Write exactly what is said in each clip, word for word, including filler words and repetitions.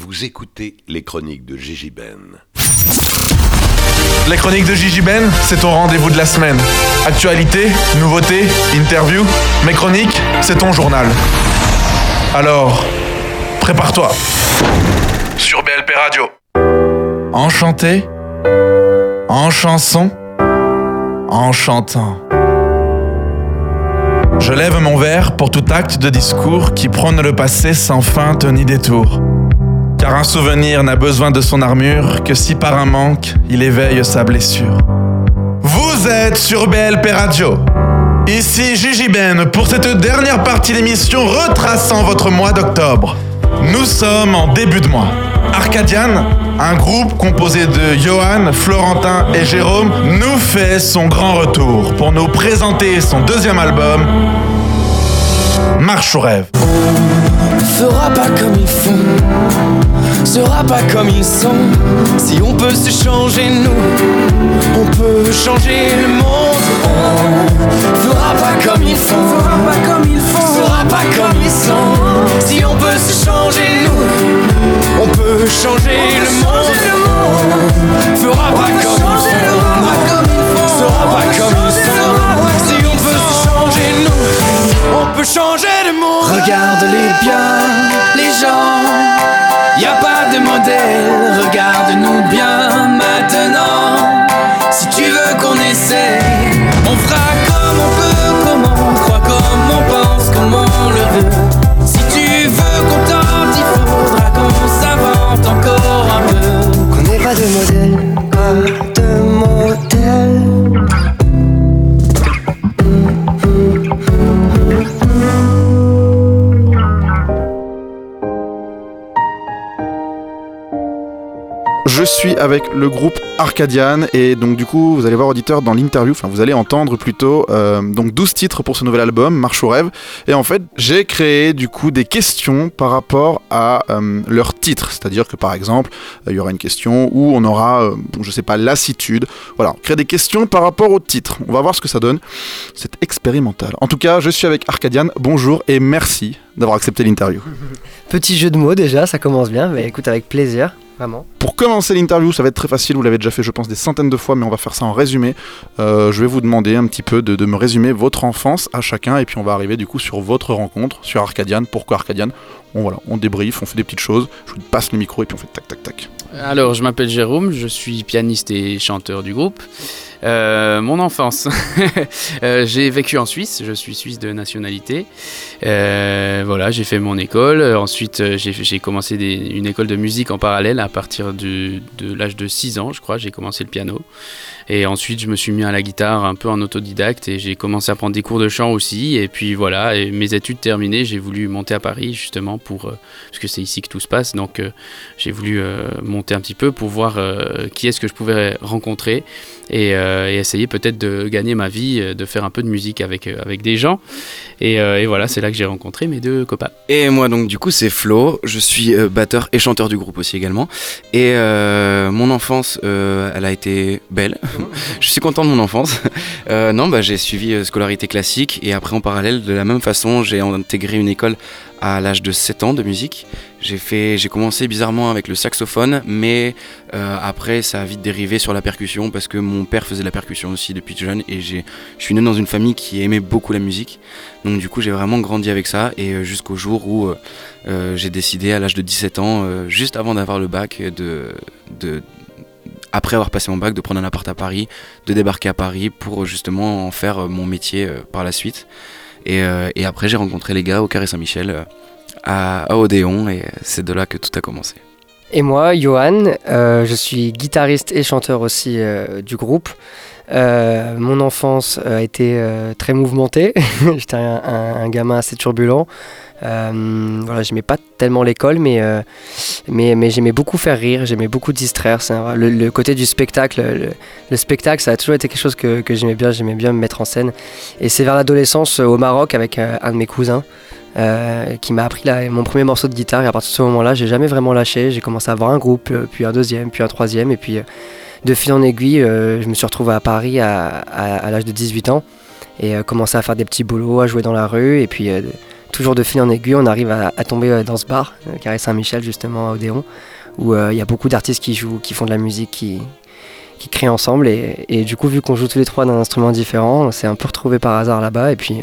Vous écoutez les chroniques de Gigi Ben. Les chroniques de Gigi Ben, c'est ton rendez-vous de la semaine. Actualité, nouveautés, interviews. Mes chroniques, c'est ton journal. Alors, prépare-toi. Sur B L P Radio. En chanter, en chanson, en chantant. Je lève mon verre pour tout acte de discours qui prône le passé sans feinte ni détour. Car un souvenir n'a besoin de son armure que si par un manque, il éveille sa blessure. Vous êtes sur B L P Radio. Ici Gigi Ben pour cette dernière partie d'émission retraçant votre mois d'octobre. Nous sommes en début de mois. Arcadian, un groupe composé de Johan, Florentin et Jérôme, nous fait son grand retour pour nous présenter son deuxième album, Marche au rêve. On fera pas comme ils font, sera pas comme ils sont. Si on peut se changer nous, on peut changer le monde. On fera pas comme ils font, fera pas comme ils font, sera pas comme ils sont. Si on peut se changer nous, on peut changer le monde. Fera pas comme ils font, sera pas comme ils sont. Si on peut se changer nous, on peut changer le monde. Regarde-les bien, les gens, y a pas de modèle. Regarde-nous bien maintenant. Si tu veux qu'on essaie, on fera comme on peut, comme on croit, comme on pense, comme on le veut. Si tu veux qu'on tente, il faudra qu'on s'invente encore un peu. Qu'on n'ait pas de modèle, pas de modèle. Je suis avec le groupe Arcadian et donc du coup vous allez voir auditeur dans l'interview, enfin vous allez entendre plutôt euh, donc douze titres pour ce nouvel album Marche au rêve, et en fait j'ai créé du coup des questions par rapport à euh, leurs titres, c'est-à-dire que par exemple il euh, y aura une question où on aura euh, je sais pas lassitude, voilà, on crée des questions par rapport au titre, on va voir ce que ça donne, c'est expérimental. En tout cas je suis avec Arcadian, bonjour et merci d'avoir accepté l'interview. Petit jeu de mots déjà, ça commence bien, mais écoute avec plaisir. Vraiment. Pour commencer l'interview, ça va être très facile, vous l'avez déjà fait je pense des centaines de fois, mais on va faire ça en résumé. Euh, je vais vous demander un petit peu de, de me résumer votre enfance à chacun, et puis on va arriver du coup sur votre rencontre, sur Arcadian. Pourquoi Arcadian ? On, voilà, on débriefe, on fait des petites choses, je vous passe le micro et puis on fait tac tac tac. Alors je m'appelle Jérôme, je suis pianiste et chanteur du groupe. Euh, mon enfance, euh, j'ai vécu en Suisse, je suis suisse de nationalité. Euh, voilà, j'ai fait mon école. Ensuite, j'ai, j'ai commencé des, une école de musique en parallèle à partir du, de l'âge de six ans, je crois. J'ai commencé le piano. Et ensuite, je me suis mis à la guitare un peu en autodidacte et j'ai commencé à prendre des cours de chant aussi. Et puis voilà, et mes études terminées, j'ai voulu monter à Paris justement pour, euh, parce que c'est ici que tout se passe. Donc, euh, j'ai voulu euh, monter un petit peu pour voir euh, qui est-ce que je pouvais rencontrer et, euh, et essayer peut-être de gagner ma vie, de faire un peu de musique avec, euh, avec des gens. Et, euh, et voilà, c'est là que j'ai rencontré mes deux copains. Et moi donc du coup c'est Flo, je suis euh, batteur et chanteur du groupe aussi également. Et euh, mon enfance, euh, elle a été belle. Je suis content de mon enfance. Euh, non, bah j'ai suivi euh, scolarité classique et après en parallèle de la même façon j'ai intégré une école à l'âge de sept ans de musique. J'ai, fait, j'ai commencé bizarrement avec le saxophone, mais euh, après ça a vite dérivé sur la percussion parce que mon père faisait de la percussion aussi depuis jeune et j'ai, je suis né dans une famille qui aimait beaucoup la musique. Donc du coup j'ai vraiment grandi avec ça et euh, jusqu'au jour où euh, euh, j'ai décidé à l'âge de dix-sept ans, euh, juste avant d'avoir le bac, de, de, après avoir passé mon bac, de prendre un appart à Paris, de débarquer à Paris pour justement en faire mon métier euh, par la suite. Et, euh, et après j'ai rencontré les gars au Carré Saint-Michel euh, à, à Odéon et c'est de là que tout a commencé. Et moi, Johan, euh, je suis guitariste et chanteur aussi euh, du groupe. Euh, mon enfance a été euh, très mouvementée. J'étais un, un, un gamin assez turbulent. Euh, voilà, j'aimais pas tellement l'école, mais, euh, mais, mais j'aimais beaucoup faire rire, j'aimais beaucoup distraire. C'est un, le, le côté du spectacle, le, le spectacle, ça a toujours été quelque chose que, que j'aimais bien. J'aimais bien me mettre en scène. Et c'est vers l'adolescence, au Maroc, avec euh, un de mes cousins, euh, qui m'a appris la, mon premier morceau de guitare. Et à partir de ce moment-là, j'ai jamais vraiment lâché. J'ai commencé à avoir un groupe, puis un deuxième, puis un troisième, et puis euh, de fil en aiguille, euh, je me suis retrouvé à Paris à, à, à l'âge de dix-huit ans et euh, commencé à faire des petits boulots, à jouer dans la rue, et puis euh, toujours de fil en aiguille, on arrive à, à tomber dans ce bar, euh, Carré Saint-Michel justement à Odéon, où il euh, y a beaucoup d'artistes qui jouent, qui font de la musique, qui, qui créent ensemble. Et, et du coup, vu qu'on joue tous les trois d'un instrument différent, on s'est un peu retrouvés par hasard là-bas. Et puis, euh,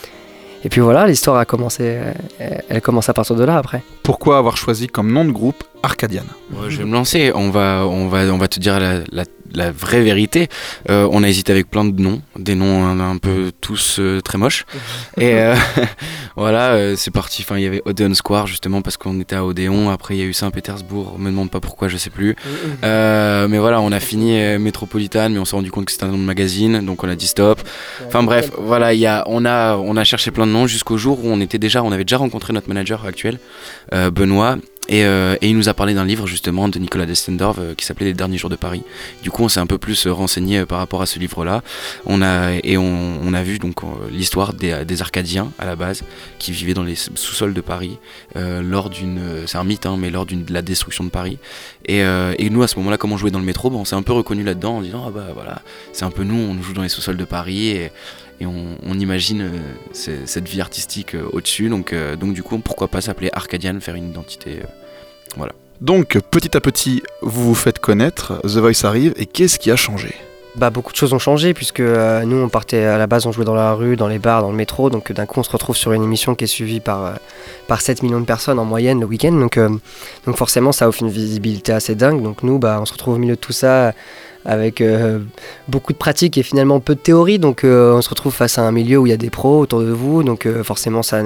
et puis voilà, l'histoire a commencé, elle, elle commence à partir de là après. Pourquoi avoir choisi comme nom de groupe Arcadian ? Ouais, je vais me lancer, on va, on va, on va te dire la, la, la vraie vérité. Euh, on a hésité avec plein de noms, des noms un, un peu tous euh, très moches. Et euh, voilà, euh, c'est parti. Enfin, il y avait Odeon Square justement parce qu'on était à Odéon. Après, il y a eu Saint-Pétersbourg. On me demande pas pourquoi, je sais plus. Euh, mais voilà, on a fini euh, Métropolitane, mais on s'est rendu compte que c'était un nom de magazine, donc on a dit stop. Enfin bref, voilà, il y a, on a, on a cherché plein de noms jusqu'au jour où on était déjà, on avait déjà rencontré notre manager actuel, euh, Benoît. Et, euh, et il nous a parlé d'un livre justement de Nicolas Destendorf euh, qui s'appelait Les Derniers Jours de Paris. Du coup on s'est un peu plus euh, renseigné euh, par rapport à ce livre-là. On a, et on, on a vu donc euh, l'histoire des, des Arcadiens à la base qui vivaient dans les sous-sols de Paris euh, lors d'une, c'est un mythe hein, mais lors d'une, de la destruction de Paris. Et, euh, et nous à ce moment-là, comme on jouait dans le métro, bah, on s'est un peu reconnu là-dedans en disant ah bah voilà, c'est un peu nous, on joue dans les sous-sols de Paris et Et on, on imagine euh, cette vie artistique euh, au-dessus, donc, euh, donc du coup pourquoi pas s'appeler Arcadian, faire une identité, euh, voilà. Donc petit à petit vous vous faites connaître, The Voice arrive, et qu'est-ce qui a changé ? Bah, beaucoup de choses ont changé puisque euh, nous on partait à la base, on jouait dans la rue, dans les bars, dans le métro, donc d'un coup on se retrouve sur une émission qui est suivie par, euh, par sept millions de personnes en moyenne le week-end, donc, euh, donc forcément ça offre une visibilité assez dingue, donc nous bah, on se retrouve au milieu de tout ça avec euh, beaucoup de pratique et finalement peu de théorie, donc euh, on se retrouve face à un milieu où il y a des pros autour de vous, donc euh, forcément ça,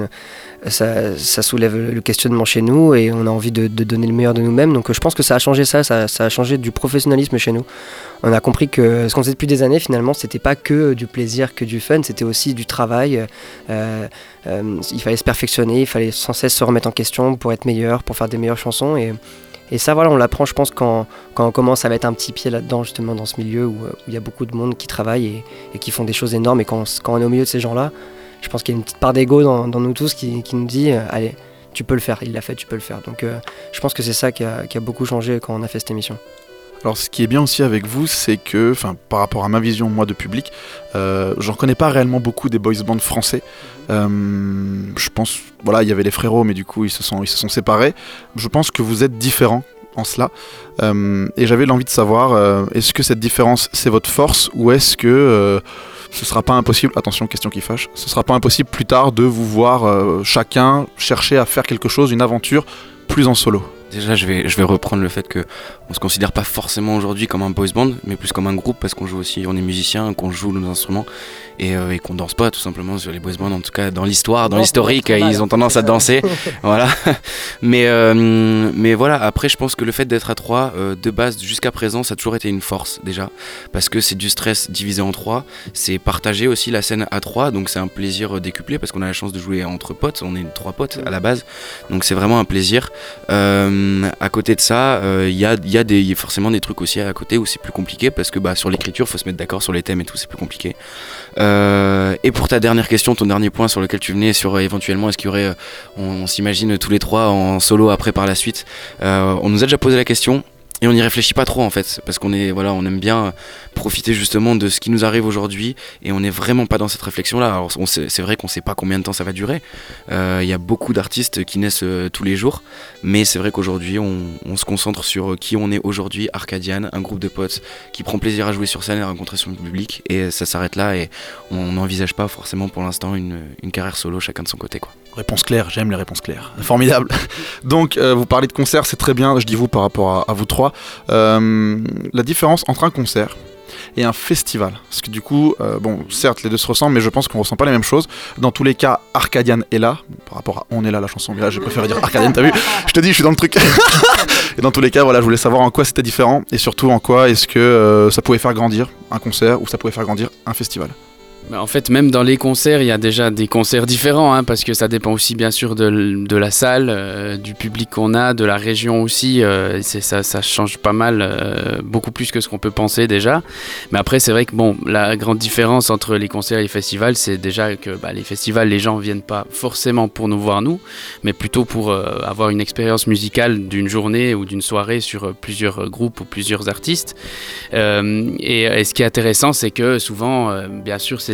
ça, ça soulève le questionnement chez nous et on a envie de, de donner le meilleur de nous-mêmes, donc euh, je pense que ça a changé ça, ça, ça a changé du professionnalisme chez nous. On a compris que ce qu'on faisait depuis des années finalement c'était pas que du plaisir, que du fun, c'était aussi du travail, euh, euh, il fallait se perfectionner, il fallait sans cesse se remettre en question pour être meilleur, pour faire des meilleures chansons et Et ça, voilà, on l'apprend, je pense, quand, quand on commence à mettre un petit pied là-dedans, justement, dans ce milieu où il y a beaucoup de monde qui travaille et, et qui font des choses énormes. Et quand on, quand on est au milieu de ces gens-là, je pense qu'il y a une petite part d'ego dans, dans nous tous qui, qui nous dit euh, allez, tu peux le faire, il l'a fait, tu peux le faire. Donc euh, je pense que c'est ça qui a, qui a beaucoup changé quand on a fait cette émission. Alors ce qui est bien aussi avec vous, c'est que, enfin, par rapport à ma vision, moi, de public, euh, j'en connais pas réellement beaucoup des boys bands français. Euh, je pense, voilà, il y avait les frérots, mais du coup, ils se sont, ils se sont séparés. Je pense que vous êtes différents en cela. Euh, et j'avais l'envie de savoir, euh, est-ce que cette différence, c'est votre force, ou est-ce que euh, ce sera pas impossible, attention, question qui fâche, ce sera pas impossible plus tard de vous voir euh, chacun chercher à faire quelque chose, une aventure, plus en solo ? Déjà, je vais, je vais reprendre le fait que on se considère pas forcément aujourd'hui comme un boys band, mais plus comme un groupe parce qu'on joue aussi, on est musicien, qu'on joue nos instruments et, euh, et qu'on danse pas tout simplement sur les boys bands. En tout cas, dans l'histoire, dans l'historique, ils ont tendance à danser, voilà. Mais, euh, mais voilà. Après, je pense que le fait d'être à trois, euh, de base jusqu'à présent, ça a toujours été une force déjà, parce que c'est du stress divisé en trois, c'est partager aussi la scène à trois, donc c'est un plaisir décuplé parce qu'on a la chance de jouer entre potes. On est trois potes à la base, donc c'est vraiment un plaisir. Euh, À côté de ça, il euh, y, a, y, a y a forcément des trucs aussi à côté où c'est plus compliqué parce que bah, sur l'écriture, il faut se mettre d'accord sur les thèmes et tout, c'est plus compliqué. Euh, et pour ta dernière question, ton dernier point sur lequel tu venais, sur euh, éventuellement est-ce qu'il y aurait, euh, on, on s'imagine tous les trois en solo après par la suite, euh, on nous a déjà posé la question. Et on n'y réfléchit pas trop en fait, parce qu'on est, voilà, on aime bien profiter justement de ce qui nous arrive aujourd'hui, et on n'est vraiment pas dans cette réflexion-là. Alors on sait, c'est vrai qu'on ne sait pas combien de temps ça va durer. Il euh, y a beaucoup d'artistes qui naissent euh, tous les jours, mais c'est vrai qu'aujourd'hui on, on se concentre sur qui on est aujourd'hui, Arcadian, un groupe de potes qui prend plaisir à jouer sur scène et à rencontrer son public, et ça s'arrête là. Et on n'envisage pas forcément pour l'instant une, une carrière solo, chacun de son côté, quoi. Réponse claire, j'aime les réponses claires. Formidable. Donc, euh, vous parlez de concert, c'est très bien, je dis vous par rapport à, à vous trois. Euh, la différence entre un concert et un festival, parce que du coup, euh, bon, certes, les deux se ressemblent, mais je pense qu'on ressent pas les mêmes choses. Dans tous les cas, Arcadian est là, bon, par rapport à On est là, la chanson, mais là, j'ai préféré dire Arcadian, t'as vu ? Je te dis, je suis dans le truc. Et dans tous les cas, voilà, je voulais savoir en quoi c'était différent, et surtout en quoi est-ce que euh, ça pouvait faire grandir un concert, ou ça pouvait faire grandir un festival. En fait, même dans les concerts, il y a déjà des concerts différents, hein, parce que ça dépend aussi bien sûr de, de la salle, euh, du public qu'on a, de la région aussi. Euh, c'est, ça, ça change pas mal, euh, beaucoup plus que ce qu'on peut penser déjà. Mais après, c'est vrai que bon, la grande différence entre les concerts et les festivals, c'est déjà que bah, les festivals, les gens viennent pas forcément pour nous voir nous, mais plutôt pour euh, avoir une expérience musicale d'une journée ou d'une soirée sur plusieurs groupes ou plusieurs artistes. Euh, et, et ce qui est intéressant, c'est que souvent, euh, bien sûr, c'est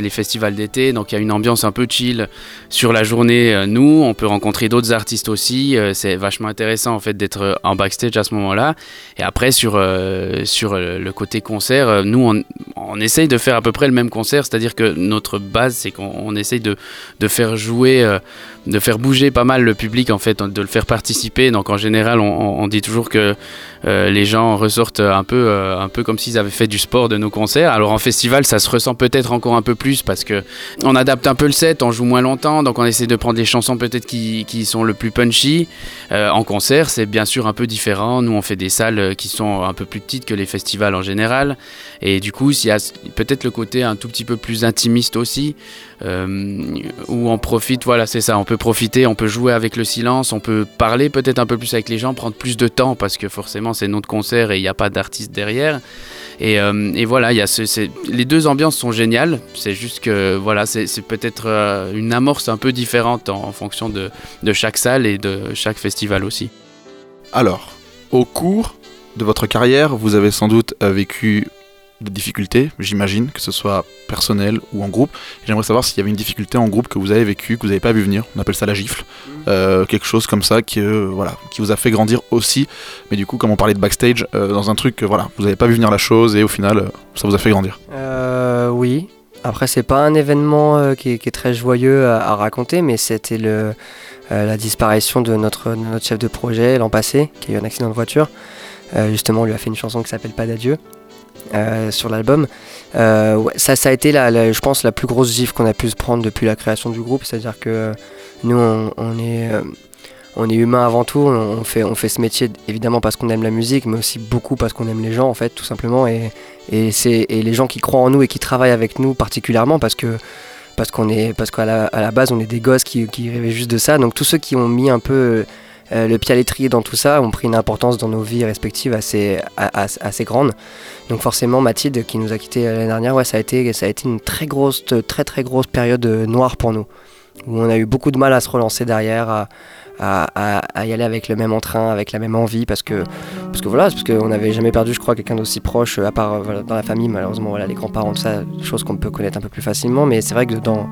les festivals d'été, donc il y a une ambiance un peu chill sur la journée. Euh, nous, on peut rencontrer d'autres artistes aussi. Euh, c'est vachement intéressant en fait d'être en backstage à ce moment-là. Et après sur euh, sur le côté concert, euh, nous on, on essaye de faire à peu près le même concert, c'est-à-dire que notre base c'est qu'on on essaye de de faire jouer, euh, de faire bouger pas mal le public en fait, de le faire participer. Donc en général, on, on dit toujours que euh, les gens ressortent un peu euh, un peu comme s'ils avaient fait du sport de nos concerts. Alors en festival, ça se ressent peut-être encore un peu plus parce que on adapte un peu le set, on joue moins longtemps, donc on essaie de prendre des chansons peut-être qui, qui sont le plus punchy. Euh, en concert, c'est bien sûr un peu différent. Nous, on fait des salles qui sont un peu plus petites que les festivals en général, et du coup, il y a peut-être le côté un tout petit peu plus intimiste aussi, euh, où on profite. Voilà, c'est ça. On peut profiter, on peut jouer avec le silence, on peut parler peut-être un peu plus avec les gens, prendre plus de temps parce que forcément, c'est notre concert et il n'y a pas d'artiste derrière. Et, euh, et voilà, y a ce, c'est, les deux ambiances sont géniales. C'est juste que voilà, c'est, c'est peut-être euh, une amorce un peu différente en, en fonction de, de chaque salle et de chaque festival aussi. Alors, au cours de votre carrière, vous avez sans doute euh, vécu des difficultés, j'imagine, que ce soit personnel ou en groupe. J'aimerais savoir s'il y avait une difficulté en groupe que vous avez vécue, que vous n'avez pas vu venir. On appelle ça la gifle. Euh, quelque chose comme ça qui, euh, voilà, qui vous a fait grandir aussi. Mais du coup, comme on parlait de backstage, euh, dans un truc que voilà, vous n'avez pas vu venir la chose et au final, euh, ça vous a fait grandir. Euh, oui. Après, c'est pas un événement euh, qui, est, qui est très joyeux à, à raconter, mais c'était le, euh, la disparition de notre, de notre chef de projet l'an passé, qui a eu un accident de voiture. Euh, justement, on lui a fait une chanson qui s'appelle Pas d'adieu. Euh, sur l'album, euh, ouais, ça, ça a été la, la, je pense la plus grosse gifle qu'on a pu se prendre depuis la création du groupe, c'est-à-dire que euh, nous on, on est euh, on est humain avant tout, on, on fait on fait ce métier évidemment parce qu'on aime la musique, mais aussi beaucoup parce qu'on aime les gens en fait, tout simplement, et et c'est et les gens qui croient en nous et qui travaillent avec nous particulièrement parce que parce qu'on est parce qu'à la, à la base on est des gosses qui qui rêvaient juste de ça, donc tous ceux qui ont mis un peu Euh, le pied à l'étrier dans tout ça ont pris une importance dans nos vies respectives assez, assez, assez grande. Donc forcément Mathilde qui nous a quittés l'année dernière, ouais, ça a été, ça a été une très grosse, très très grosse période noire pour nous, où on a eu beaucoup de mal à se relancer derrière, à, à, à, à y aller avec le même entrain, avec la même envie, parce que, parce que voilà, parce qu'on n'avait jamais perdu, je crois, quelqu'un d'aussi proche, à part voilà, dans la famille, malheureusement, voilà, les grands-parents, tout ça, choses qu'on peut connaître un peu plus facilement, mais c'est vrai que dans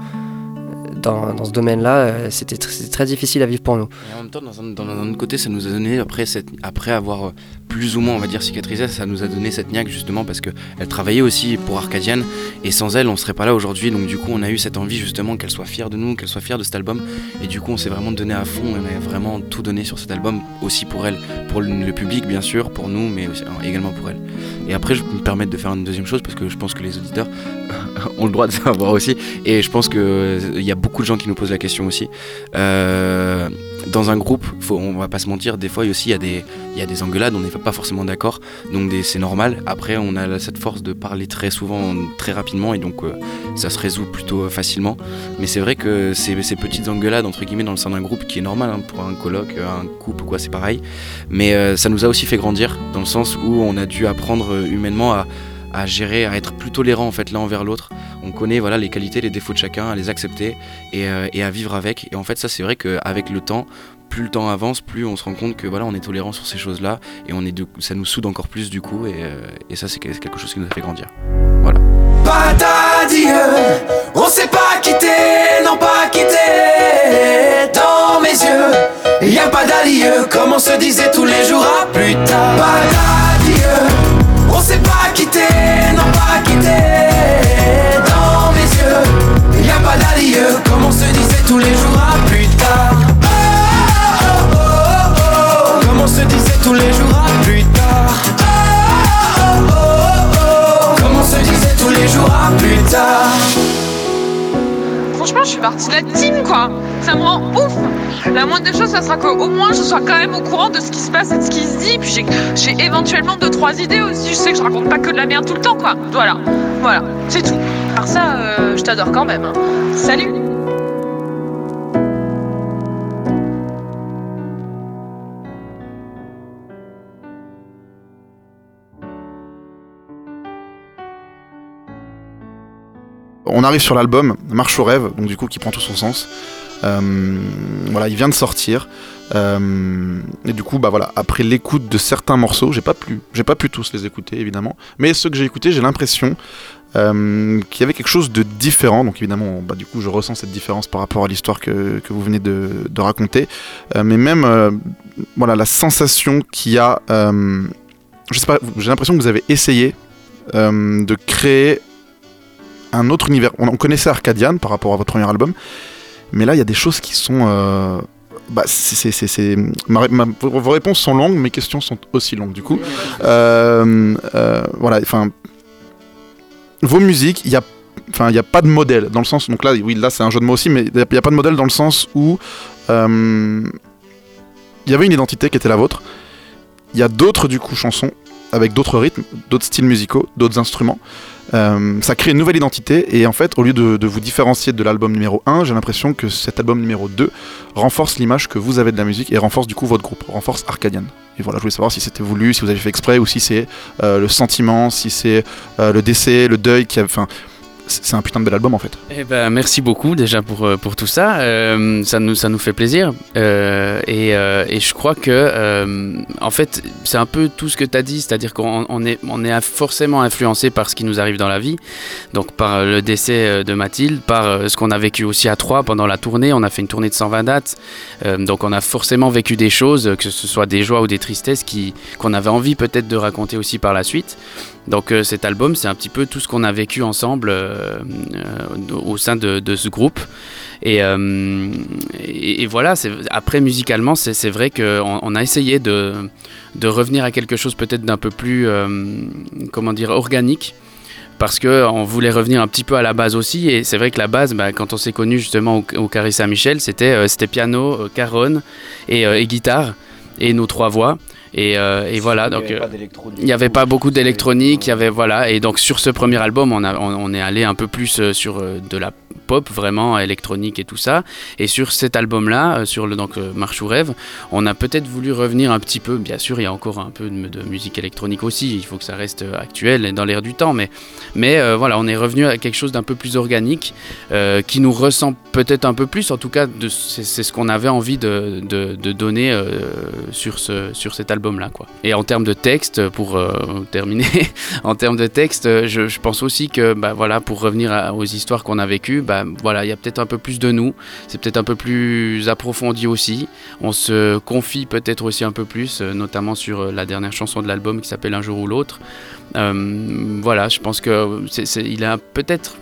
Dans, dans ce domaine-là, euh, c'était, tr- c'était très difficile à vivre pour nous. Et en même temps, dans un, dans un autre côté, ça nous a donné, après, cette, après avoir plus ou moins, on va dire, cicatrisé, ça nous a donné cette niaque justement parce qu'elle travaillait aussi pour Arcadian, et sans elle, on serait pas là aujourd'hui. Donc du coup, on a eu cette envie justement qu'elle soit fière de nous, qu'elle soit fière de cet album, et du coup, on s'est vraiment donné à fond, on a vraiment tout donné sur cet album, aussi pour elle, pour le, le public bien sûr, pour nous, mais aussi, également pour elle. Et après, je peux me permettre de faire une deuxième chose parce que je pense que les auditeurs ont le droit de savoir aussi, et je pense qu'il y a beaucoup de gens qui nous posent la question aussi. Euh, dans un groupe, faut, on va pas se mentir, des fois aussi il y a des, il y a des engueulades, on n'est pas forcément d'accord, donc des, c'est normal. Après, on a cette force de parler très souvent, très rapidement, et donc euh, ça se résout plutôt facilement. Mais c'est vrai que ces, ces petites engueulades entre guillemets dans le sein d'un groupe, qui est normal hein, pour un coloc, un couple ou quoi, c'est pareil. Mais euh, ça nous a aussi fait grandir dans le sens où on a dû apprendre humainement à à gérer, à être plus tolérant en fait l'un envers l'autre. On connaît voilà les qualités, les défauts de chacun, à les accepter et, euh, et à vivre avec. Et en fait ça c'est vrai qu'avec le temps, plus le temps avance, plus on se rend compte que voilà on est tolérant sur ces choses-là et on est de, ça nous soude encore plus du coup et, euh, et ça c'est quelque chose qui nous a fait grandir. Voilà. Pas d'adieu, on s'est pas quitté, non pas quitté. Dans mes yeux, y a pas d'adieu, comme on se disait tous les jours à plus tard. Pas d'adieu. On s'est pas quitté, non pas quitté. Dans mes yeux, y a pas d'adieu, comme on se disait tous les jours à plus tard. Oh, oh, oh, oh, comme on se disait tous les jours à plus tard. Oh, oh, oh, oh, comme on se disait tous les jours à plus tard. Franchement, je suis partie de la team, quoi. Ça me rend ouf. La moindre des choses, ça sera qu'au moins je sois quand même au courant de ce qui se passe et de ce qui se dit. Puis j'ai, j'ai éventuellement deux trois idées aussi. Je sais que je raconte pas que de la merde tout le temps, quoi. Voilà, voilà, c'est tout. Par ça, euh, je t'adore quand même. Hein. Salut. On arrive sur l'album Marche au rêve, donc du coup qui prend tout son sens. Euh, voilà, il vient de sortir. Euh, et du coup, bah voilà, après l'écoute de certains morceaux, j'ai pas pu, j'ai pas pu tous les écouter évidemment, mais ceux que j'ai écoutés, j'ai l'impression euh, qu'il y avait quelque chose de différent. Donc évidemment, bah, du coup, je ressens cette différence par rapport à l'histoire que, que vous venez de, de raconter. Euh, mais même, euh, voilà, la sensation qu'il y a... Euh, je sais pas, j'ai l'impression que vous avez essayé euh, de créer un autre univers. On, on connaissait Arcadian par rapport à votre premier album, mais là, il y a des choses qui sont... Euh, bah, c'est, c'est, c'est, c'est... Ma, ma, vos réponses sont longues, mes questions sont aussi longues, du coup. Euh, euh, voilà, enfin... Vos musiques, il y a... Enfin, il n'y a pas de modèle, dans le sens... Donc là, oui, là, c'est un jeu de mots aussi, mais il n'y a, a pas de modèle dans le sens où... Euh, il y avait une identité qui était la vôtre. Il y a d'autres, du coup, chansons, avec d'autres rythmes, d'autres styles musicaux, d'autres instruments. Euh, ça crée une nouvelle identité, et en fait, au lieu de, de vous différencier de l'album numéro un, j'ai l'impression que cet album numéro deux renforce l'image que vous avez de la musique, et renforce, du coup, votre groupe, renforce Arcadian. Et voilà, je voulais savoir si c'était voulu, si vous avez fait exprès, ou si c'est euh, le sentiment, si c'est euh, le décès, le deuil, qui a... Enfin, c'est un putain de bel album en fait. Eh ben, merci beaucoup déjà pour, pour tout ça. Euh, ça, nous, ça nous fait plaisir. Euh, et, euh, et je crois que, euh, en fait, c'est un peu tout ce que tu as dit, c'est-à-dire qu'on on est, on est forcément influencé par ce qui nous arrive dans la vie. Donc par le décès de Mathilde, par ce qu'on a vécu aussi à Troyes pendant la tournée. On a fait une tournée de cent vingt dates. Euh, donc on a forcément vécu des choses, que ce soit des joies ou des tristesses, qui, qu'on avait envie peut-être de raconter aussi par la suite. Donc euh, cet album, c'est un petit peu tout ce qu'on a vécu ensemble euh, euh, au sein de, de ce groupe. Et, euh, et, et voilà, c'est, après musicalement, c'est, c'est vrai qu'on on a essayé de, de revenir à quelque chose peut-être d'un peu plus, euh, comment dire, organique. Parce qu'on voulait revenir un petit peu à la base aussi. Et c'est vrai que la base, bah, quand on s'est connus justement au, au Carré Saint-Michel, c'était, euh, c'était piano, euh, caronne et, euh, et guitare. Et nos trois voix. Et, euh, et voilà, donc il n'y avait pas beaucoup d'électronique, il y avait voilà, et donc sur ce premier album, on, a, on, on est allé un peu plus euh, sur euh, de la pop vraiment électronique et tout ça. Et sur cet album-là, euh, sur le donc euh, Marche ou Rêve, on a peut-être voulu revenir un petit peu. Bien sûr, il y a encore un peu de, de musique électronique aussi. Il faut que ça reste actuel et dans l'air du temps, mais mais euh, voilà, on est revenu à quelque chose d'un peu plus organique, euh, qui nous ressemble peut-être un peu plus. En tout cas, de, c'est, c'est ce qu'on avait envie de, de, de donner euh, sur ce sur cet album. Là, quoi. Et en termes de texte, pour euh, terminer, en termes de texte, je, je pense aussi que, bah, voilà, pour revenir à, aux histoires qu'on a vécues, bah, voilà, il y a peut-être un peu plus de nous, c'est peut-être un peu plus approfondi aussi. On se confie peut-être aussi un peu plus, euh, notamment sur la dernière chanson de l'album qui s'appelle Un jour ou l'autre. Euh, voilà, je pense que c'est, c'est, il a peut-être.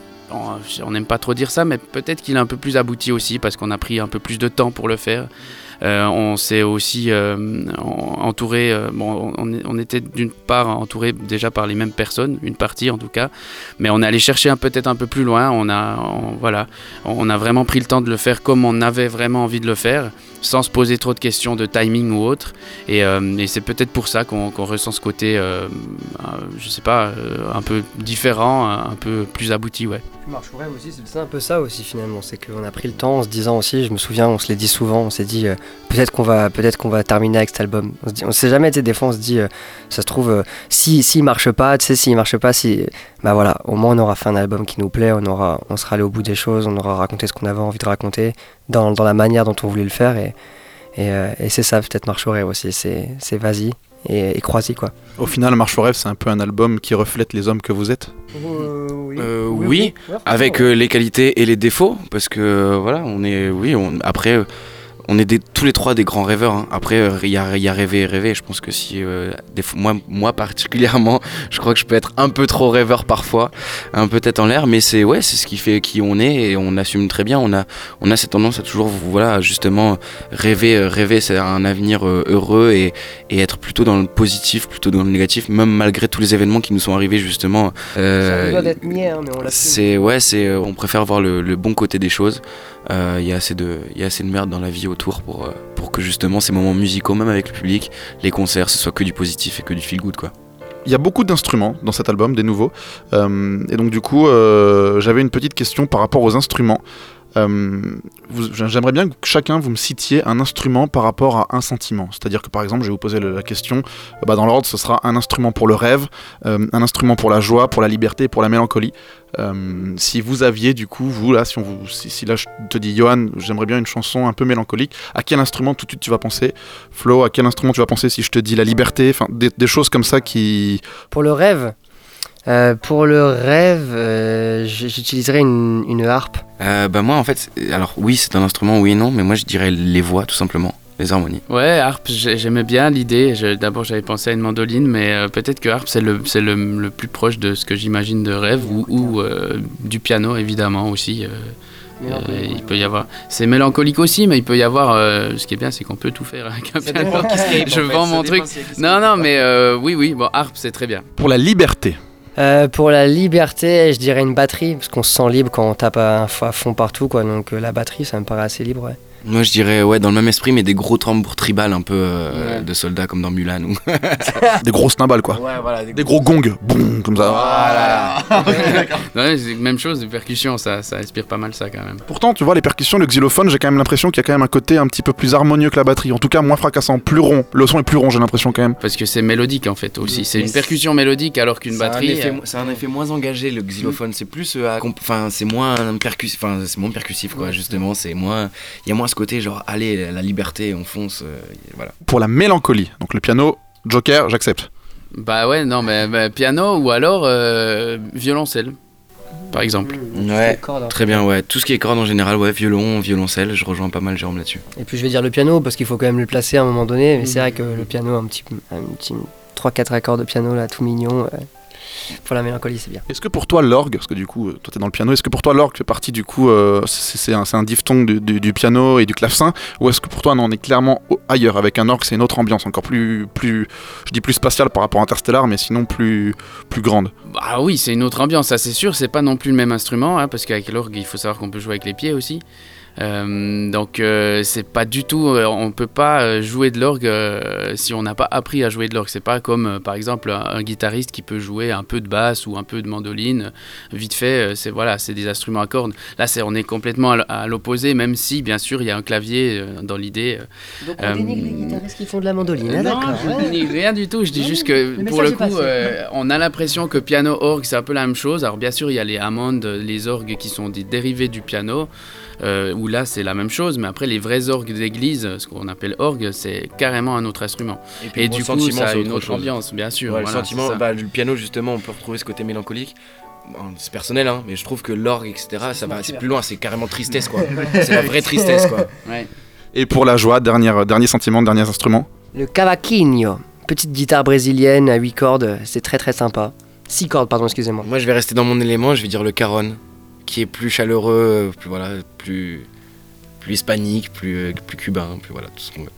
On n'aime pas trop dire ça, mais peut-être qu'il est un peu plus abouti aussi parce qu'on a pris un peu plus de temps pour le faire. Euh, on s'est aussi euh, entouré, euh, bon, on, on était d'une part entouré déjà par les mêmes personnes, une partie en tout cas, mais on est allé chercher un, peut-être un peu plus loin. On a, on, voilà, on a vraiment pris le temps de le faire comme on avait vraiment envie de le faire, sans se poser trop de questions de timing ou autre. Et, euh, et c'est peut-être pour ça qu'on, qu'on ressent ce côté, euh, euh, je sais pas, euh, un peu différent, un peu plus abouti, ouais. Marche ou Rêve aussi, c'est un peu ça aussi finalement, c'est qu'on a pris le temps en se disant aussi, je me souviens, on se l'est dit souvent, on s'est dit euh, peut-être qu'on va, peut-être qu'on va terminer avec cet album. On se dit, on sait jamais, tu sais, des fois on se dit, euh, ça se trouve, euh, si s'il marche pas, tu sais, s'il marche pas, si, bah voilà, au moins on aura fait un album qui nous plaît, on aura, on sera allé au bout des choses, on aura raconté ce qu'on avait envie de raconter dans, dans la manière dont on voulait le faire, et, et, euh, et c'est ça peut-être Marche ou Rêve aussi, c'est, c'est vas-y. Et, et croisy quoi. Au final, Marche ou Rêve, c'est un peu un album qui reflète les hommes que vous êtes. Euh, oui, euh, oui, oui, oui. Avec euh, les qualités et les défauts, parce que euh, voilà, on est, oui, on, après, euh, on est des, tous les trois des grands rêveurs. Hein. Après, il y a, y a rêver et rêver. Je pense que si, euh, des fois, moi, moi particulièrement, je crois que je peux être un peu trop rêveur parfois, un peu tête en l'air, mais c'est ouais, c'est ce qui fait qui on est et on assume très bien. On a, on a cette tendance à toujours, voilà, justement, rêver, rêver, c'est un avenir euh, heureux et, et être plutôt dans le positif, plutôt dans le négatif, même malgré tous les événements qui nous sont arrivés justement. Euh, ça doit d'être niais, hein, mais on l'assume. C'est ouais, c'est, euh, on préfère voir le, le bon côté des choses. Il euh, y a assez de, il y a assez de merde dans la vie autour pour, euh, pour que justement ces moments musicaux, même avec le public, les concerts, ce soit que du positif et que du feel good quoi. Il y a beaucoup d'instruments dans cet album, des nouveaux, euh, et donc du coup euh, j'avais une petite question par rapport aux instruments. Euh, vous, j'aimerais bien que chacun vous me citiez un instrument par rapport à un sentiment. C'est-à-dire que par exemple, je vais vous poser le, la question, bah, dans l'ordre, ce sera un instrument pour le rêve, euh, un instrument pour la joie, pour la liberté, pour la mélancolie. Euh, si vous aviez du coup, vous là, si, on vous, si, si là je te dis, Johan, j'aimerais bien une chanson un peu mélancolique, à quel instrument tout de suite tu vas penser? Flo, à quel instrument tu vas penser si je te dis la liberté? Enfin, des, des choses comme ça qui... Pour le rêve Euh, pour le rêve, euh, j'utiliserais une, une harpe. Euh, bah moi en fait, alors oui c'est un instrument, oui et non, mais moi je dirais les voix tout simplement, les harmonies. Ouais, harpe, j'aimais bien l'idée. Je, d'abord j'avais pensé à une mandoline, mais euh, peut-être que harpe c'est le, c'est le, le plus proche de ce que j'imagine de rêve, ou, ou euh, du piano évidemment aussi. Euh, euh, il peut y avoir, c'est mélancolique aussi, mais il peut y avoir. Euh, ce qui est bien, c'est qu'on peut tout faire avec un piano. Je vends mon truc. Non, non, mais euh, oui, oui. Bon, harpe c'est très bien. Pour la liberté. Euh, pour la liberté, je dirais une batterie, parce qu'on se sent libre quand on tape à, à fond partout, quoi. Donc euh, la batterie, ça me paraît assez libre, ouais. Moi je dirais ouais dans le même esprit, mais des gros tambours tribales un peu euh, ouais. de soldats comme dans Mulan ou des grosses cymbales quoi. Ouais, voilà, des, des gros gongs, boum comme ça. Voilà. Ouais, c'est même chose, les percussions, ça, ça inspire pas mal ça quand même. Pourtant tu vois les percussions, le xylophone, j'ai quand même l'impression qu'il y a quand même un côté un petit peu plus harmonieux que la batterie. En tout cas moins fracassant, plus rond. Le son est plus rond, j'ai l'impression quand même. Parce que c'est mélodique en fait aussi. C'est une percussion mélodique alors qu'une batterie. Un effet, euh... C'est un effet moins engagé le xylophone. Mm. C'est plus, enfin euh, c'est moins percussif, enfin c'est moins percussif quoi. Ouais, justement, c'est moins, il y a moins ce côté genre allez la liberté, on fonce, euh, voilà. Pour la mélancolie, donc le piano, Joker, j'accepte. Bah ouais, non, mais, mais piano ou alors euh, violoncelle, par exemple. Ouais, très bien, ouais. Tout ce qui est cordes en général, ouais, violon, violoncelle, je rejoins pas mal Jérôme là-dessus. Et puis je vais dire le piano, parce qu'il faut quand même le placer à un moment donné, mais c'est vrai que le piano, un petit, un petit trois quatre accords de piano là, tout mignon. Euh... Pour la mélancolie, c'est bien. Est-ce que pour toi l'orgue, parce que du coup, toi t'es dans le piano, est-ce que pour toi l'orgue fait partie du coup, euh, c'est, c'est, un, c'est un diphtongue du, du, du piano et du clavecin, ou est-ce que pour toi non, on est clairement ailleurs avec un orgue, c'est une autre ambiance, encore plus, plus, je dis plus spatiale par rapport à Interstellar, mais sinon plus, plus grande. Bah oui, c'est une autre ambiance, ça c'est sûr. C'est pas non plus le même instrument, hein, parce qu'avec l'orgue, il faut savoir qu'on peut jouer avec les pieds aussi. Euh, donc euh, c'est pas du tout, euh, on peut pas jouer de l'orgue euh, si on n'a pas appris à jouer de l'orgue. C'est pas comme euh, par exemple un, un guitariste qui peut jouer un peu de basse ou un peu de mandoline euh, vite fait. Euh, c'est voilà, c'est des instruments à cordes. Là, c'est on est complètement à, à l'opposé, même si bien sûr il y a un clavier euh, dans l'idée. Euh, donc on dénigre les guitaristes qui font de la mandoline. Euh, non, d'accord. Je dénigre rien du tout. Je dis non, juste que pour le coup, euh, on a l'impression que piano orgue c'est un peu la même chose. Alors bien sûr il y a les Hammond, les orgues qui sont des dérivés du piano. Euh, où là c'est la même chose, mais après les vrais orgues d'église, ce qu'on appelle orgue, c'est carrément un autre instrument. Et, puis, et du coup ça a une autre chose. Ambiance, bien sûr. Ouais, voilà, le sentiment, bah, le piano justement, on peut retrouver ce côté mélancolique. Bon, c'est personnel, hein, mais je trouve que l'orgue, et cetera, ça va, c'est plus loin, c'est carrément tristesse quoi. C'est la vraie tristesse quoi. Ouais. Et pour la joie, dernier, dernier sentiment, dernier instrument. Le cavaquinho, petite guitare brésilienne à huit cordes, c'est très très sympa. six cordes, pardon, excusez-moi. Moi je vais rester dans mon élément, je vais dire le caron, qui est plus chaleureux, plus voilà, plus plus hispanique, plus plus cubain, plus voilà tout ce qu'on veut.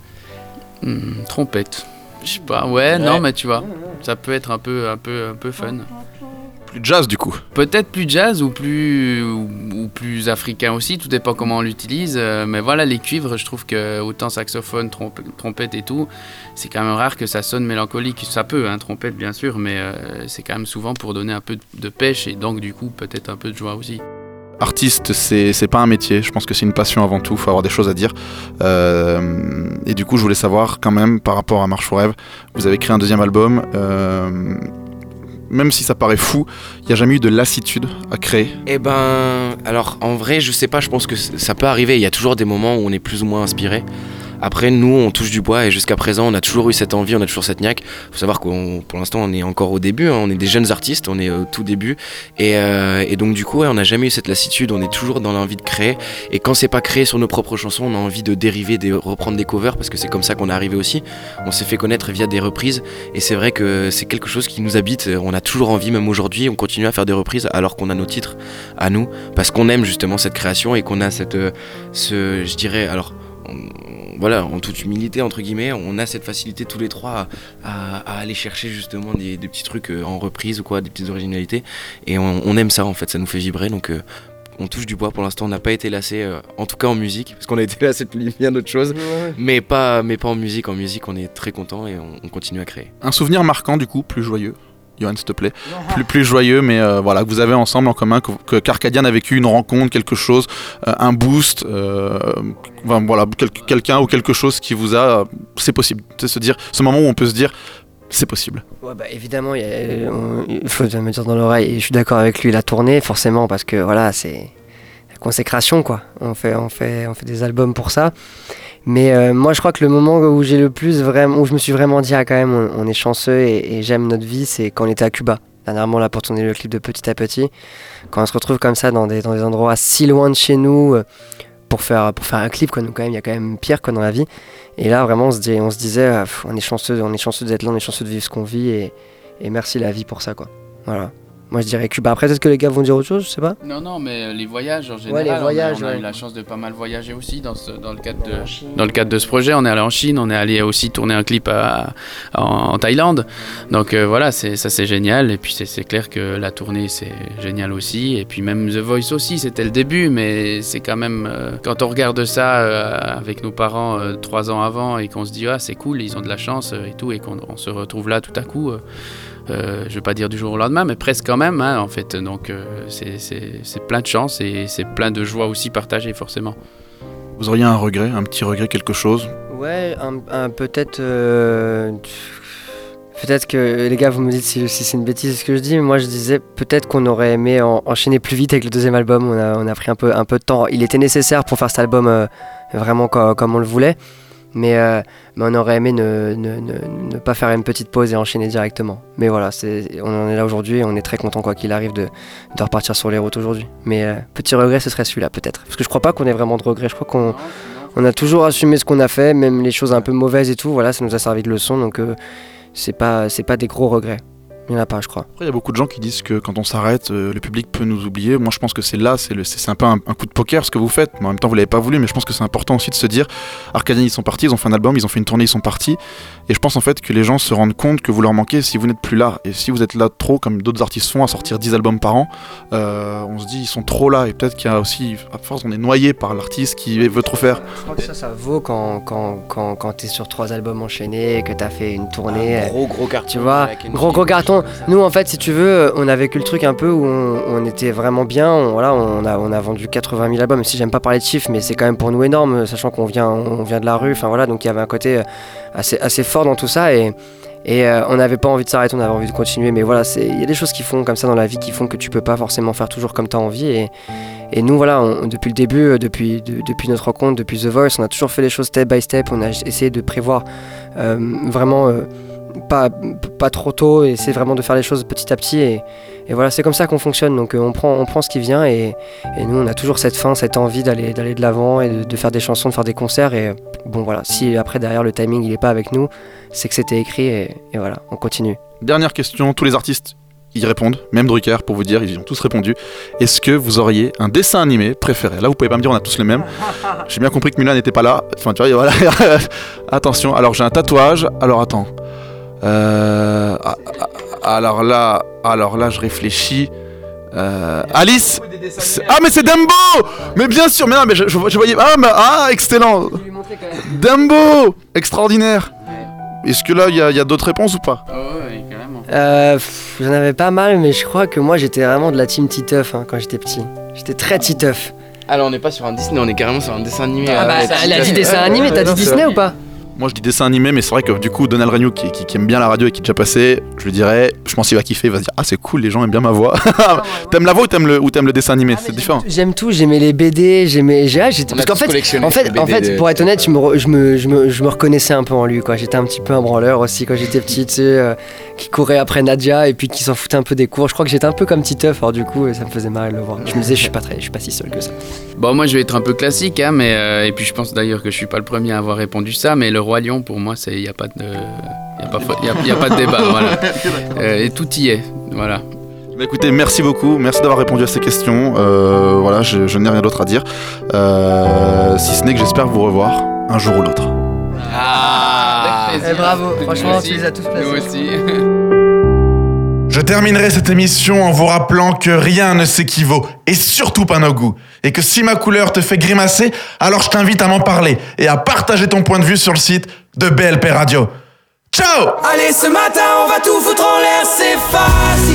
Mmh, trompette. Je sais pas. Ouais, ouais, non, mais tu vois, ça peut être un peu un peu un peu fun. Plus jazz du coup. Peut-être plus jazz ou plus ou, ou plus africain aussi, tout dépend comment on l'utilise. Euh, mais voilà, les cuivres, je trouve que autant saxophone, trompe, trompette et tout, c'est quand même rare que ça sonne mélancolique. Ça peut, hein, trompette bien sûr, mais euh, c'est quand même souvent pour donner un peu de pêche et donc du coup peut-être un peu de joie aussi. Artiste, c'est, c'est pas un métier, je pense que c'est une passion avant tout, il faut avoir des choses à dire. Euh, et du coup, je voulais savoir quand même, par rapport à Marche aux rêves, vous avez créé un deuxième album, euh, même si ça paraît fou, il n'y a jamais eu de lassitude à créer. Eh ben, alors en vrai, je sais pas, je pense que ça peut arriver, il y a toujours des moments où on est plus ou moins inspiré. Après, nous, on touche du bois et jusqu'à présent, on a toujours eu cette envie, on a toujours cette niaque. Il faut savoir qu'on, pour l'instant, on est encore au début, hein, on est des jeunes artistes, on est au tout début. Et, euh, et donc, du coup, ouais, on n'a jamais eu cette lassitude, on est toujours dans l'envie de créer. Et quand c'est pas créé sur nos propres chansons, on a envie de dériver, de reprendre des covers parce que c'est comme ça qu'on est arrivé aussi. On s'est fait connaître via des reprises et c'est vrai que c'est quelque chose qui nous habite. On a toujours envie, même aujourd'hui, on continue à faire des reprises alors qu'on a nos titres à nous parce qu'on aime justement cette création et qu'on a cette, euh, ce, je dirais, alors. On, voilà, en toute humilité entre guillemets, on a cette facilité tous les trois à, à, à aller chercher justement des, des petits trucs en reprise ou quoi, des petites originalités et on, on aime ça en fait, ça nous fait vibrer donc euh, on touche du bois pour l'instant, on n'a pas été lassé, euh, en tout cas en musique, parce qu'on a été lassé de bien d'autres choses, ouais. mais, pas, mais pas en musique, en musique on est très content et on, on continue à créer. Un souvenir marquant du coup, plus joyeux Yoann, s'il te plaît, plus, plus joyeux, mais euh, voilà, que vous avez ensemble en commun, que, que qu'Arcadian a vécu une rencontre, quelque chose, euh, un boost, euh, enfin, voilà, quel, quelqu'un ou quelque chose qui vous a, euh, c'est possible, c'est se dire, ce moment où on peut se dire, c'est possible. Ouais, bah, évidemment, il, y a, on, il faut me dire dans l'oreille, et je suis d'accord avec lui, la tournée, forcément, parce que voilà, c'est la consécration, quoi. On fait, on fait, on fait des albums pour ça. Mais euh, moi je crois que le moment où j'ai le plus vraiment, où je me suis vraiment dit ah quand même on, on est chanceux et, et j'aime notre vie, c'est quand on était à Cuba. dernièrement là pour tourner le clip de Petit à Petit. Quand on se retrouve comme ça dans des, dans des endroits si loin de chez nous euh, pour, faire, pour faire un clip, quoi. Donc quand même, il y a quand même pire quoi, dans la vie. Et là vraiment on se, dit, on se disait euh, pff, on est chanceux, on est chanceux d'être là, on est chanceux de vivre ce qu'on vit et, et merci la vie pour ça quoi. Voilà. Moi je dirais Cuba. Après peut-être que les gars vont dire autre chose, je sais pas. Non non mais les voyages en général, ouais, les voyages, on, a, on a ouais. eu la chance de pas mal voyager aussi dans, ce, dans, le cadre de, dans le cadre de ce projet. On est allé en Chine, on est allé aussi tourner un clip à, à, en Thaïlande. Donc euh, voilà, c'est, ça c'est génial. Et puis c'est, c'est clair que la tournée c'est génial aussi. Et puis même The Voice aussi, c'était le début, mais c'est quand même euh, quand on regarde ça euh, avec nos parents euh, trois ans avant et qu'on se dit ah c'est cool, ils ont de la chance euh, et tout, et qu'on on se retrouve là tout à coup. Euh, Euh, je vais pas dire du jour au lendemain, mais presque quand même, hein, en fait. Donc euh, c'est, c'est, c'est plein de chance et c'est plein de joie aussi partagée, forcément. Vous auriez un regret, un petit regret, quelque chose? Ouais, un, un, peut-être... Euh, peut-être que, les gars, vous me dites si, si c'est une bêtise ce que je dis, mais moi je disais peut-être qu'on aurait aimé en, enchaîner plus vite avec le deuxième album. On a, on a pris un peu, un peu de temps. Il était nécessaire pour faire cet album euh, vraiment comme, comme on le voulait. Mais, euh, mais on aurait aimé ne, ne, ne, ne pas faire une petite pause et enchaîner directement. Mais voilà, c'est, on en est là aujourd'hui et on est très content quoi qu'il arrive de, de repartir sur les routes aujourd'hui. Mais euh, petit regret, ce serait celui-là peut-être. Parce que je crois pas qu'on ait vraiment de regrets. Je crois qu'on on a toujours assumé ce qu'on a fait, même les choses un peu mauvaises et tout. Voilà, ça nous a servi de leçon, donc euh, c'est pas, c'est pas des gros regrets. Il n'y en a pas, je crois. Après, il y a beaucoup de gens qui disent que quand on s'arrête, euh, le public peut nous oublier. Moi, je pense que c'est là, c'est, le, c'est, c'est un peu un, un coup de poker ce que vous faites. Mais en même temps, vous l'avez pas voulu, mais je pense que c'est important aussi de se dire Arcadian, ils sont partis, ils ont fait un album, ils ont fait une tournée, ils sont partis. Et je pense en fait que les gens se rendent compte que vous leur manquez si vous n'êtes plus là. Et si vous êtes là trop, comme d'autres artistes font, à sortir dix albums par an, euh, on se dit ils sont trop là. Et peut-être qu'il y a aussi, à force, on est noyé par l'artiste qui veut trop faire. Je crois que ça, ça vaut quand, quand, quand, quand t'es sur trois albums enchaînés, que t'as fait une tournée. Un gros gros carton. Tu vois, gros gros carton. Nous, en fait, si tu veux, on a vécu le truc un peu où on, on était vraiment bien. On, voilà, on a, on a vendu quatre-vingt mille albums. Même si j'aime pas parler de chiffres, mais c'est quand même pour nous énorme, sachant qu'on vient, on vient de la rue. Enfin voilà, donc il y avait un côté assez, assez fort dans tout ça et, et euh, on n'avait pas envie de s'arrêter, on avait envie de continuer. Mais voilà, il y a des choses qui font comme ça dans la vie qui font que tu peux pas forcément faire toujours comme tu as envie. Et, et nous, voilà, on, depuis le début, depuis, de, depuis notre rencontre, depuis The Voice, on a toujours fait les choses step by step. On a essayé de prévoir euh, vraiment. Euh, Pas, pas trop tôt et essayer vraiment de faire les choses petit à petit et, et voilà c'est comme ça qu'on fonctionne donc euh, on, prend, on prend ce qui vient et, et nous on a toujours cette faim, cette envie d'aller, d'aller de l'avant et de, de faire des chansons, de faire des concerts et bon voilà, si après derrière le timing il est pas avec nous c'est que c'était écrit et, et voilà, on continue. Dernière question, tous les artistes y répondent, même Drucker pour vous dire, ils y ont tous répondu. Est-ce que vous auriez un dessin animé préféré? Là vous pouvez pas me dire on a tous le même. J'ai bien compris que Mulan n'était pas là, enfin tu vois voilà. Attention, alors j'ai un tatouage, alors attends. Euh, alors là, alors là, je réfléchis. Euh, Alice. Ah mais c'est Dumbo. Mais bien sûr, mais non, mais je, je, je voyais. Ah, mais, ah, excellent. Dumbo, extraordinaire. Est-ce que là, il y, y a d'autres réponses ou pas? Oh oui, carrément. Euh, pff, j'en avais pas mal, mais je crois que moi j'étais vraiment de la team Titeuf hein, quand j'étais petit. J'étais très Titeuf. Alors on n'est pas sur un Disney, on est carrément sur un dessin animé. Ah bah, elle a dit dessin animé, t'as dit Disney ou pas? Moi je dis dessin animé, mais c'est vrai que du coup Donald Renew qui, qui, qui aime bien la radio et qui est déjà passé, je lui dirais, je pense qu'il va kiffer, il va se dire ah c'est cool, les gens aiment bien ma voix. T'aimes la voix ou t'aimes le, ou t'aimes le dessin animé? Ah, c'est différent. J'aime tout, j'aimais les B D, j'aimais, j'ai, j'étais, parce qu'en fait, en fait, en fait, pour être honnête, je me, re, je me, je me, je me reconnaissais un peu en lui quoi. J'étais un petit peu un branleur aussi quand j'étais petit, tu sais, euh, qui courait après Nadia et puis qui s'en foutait un peu des cours. Je crois que j'étais un peu comme Titeuf, alors du coup ça me faisait marrer de le voir. Je me disais je suis pas très, je suis pas si seul que ça. Bon moi je vais être un peu classique hein, mais euh, et puis je pense d'ailleurs que je suis pas le premier à avoir répondu ça, mais le Roi Lion pour moi c'est y a pas de y a pas y a, y a pas de débat voilà. Euh, et tout y est voilà. Bah écoutez, merci beaucoup, merci d'avoir répondu à ces questions. Euh, voilà, je, je n'ai rien d'autre à dire, euh, si ce n'est que j'espère vous revoir un jour ou l'autre. Ah, eh, bravo, franchement tu les as tous placés. Nous aussi. Je terminerai cette émission en vous rappelant que rien ne s'équivaut, et surtout pas nos goûts. Et que si ma couleur te fait grimacer, alors je t'invite à m'en parler et à partager ton point de vue sur le site de B L P Radio. Ciao! Allez, ce matin, on va tout foutre en l'air, c'est facile.